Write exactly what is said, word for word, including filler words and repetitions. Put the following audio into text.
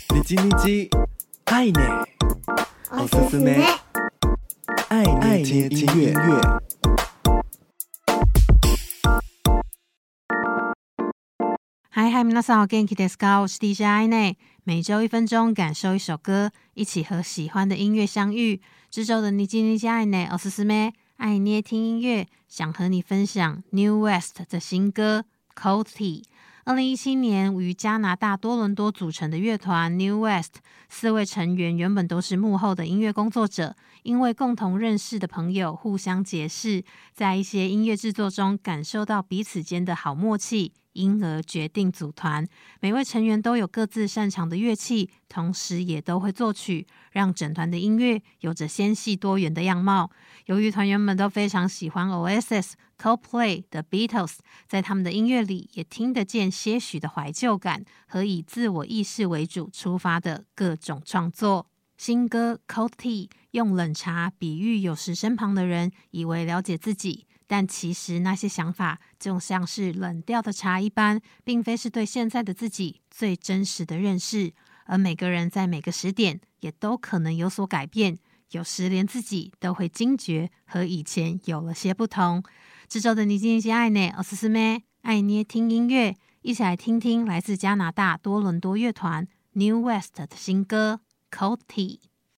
你叽你叽，爱呢，おすすめ，爱爱听音乐。 嗨嗨，皆さんお元気ですか？我是 D J 爱内，每周一分钟，感受一首歌，一起和喜欢的音乐相遇。这周的你叽你叽爱内おすすめ，爱捏听音乐，想和你分享 New West 的新歌 Cold Tea。二零一七年于加拿大多伦多组成的乐团 New West， 四位成员原本都是幕后的音乐工作者，因为共同认识的朋友互相结识，在一些音乐制作中感受到彼此间的好默契，因而决定组团。每位成员都有各自擅长的乐器，同时也都会作曲，让整团的音乐有着纤细多元的样貌。由于团员们都非常喜欢 Oasis、Coldplay 的 Beatles， 在他们的音乐里也听得见些许的怀旧感和以自我意识为主出发的各种创作。新歌 Cold Tea 用冷茶比喻有时身旁的人以为了解自己，但其实那些想法就像是冷掉的茶一般，并非是对现在的自己最真实的认识。而每个人在每个时点也都可能有所改变，有时连自己都会惊觉和以前有了些不同。这周的你叽你叽爱呢，おすすめ，爱捏听音乐，一起来听听来自加拿大多伦多乐团 New West 的新歌 Cold Tea。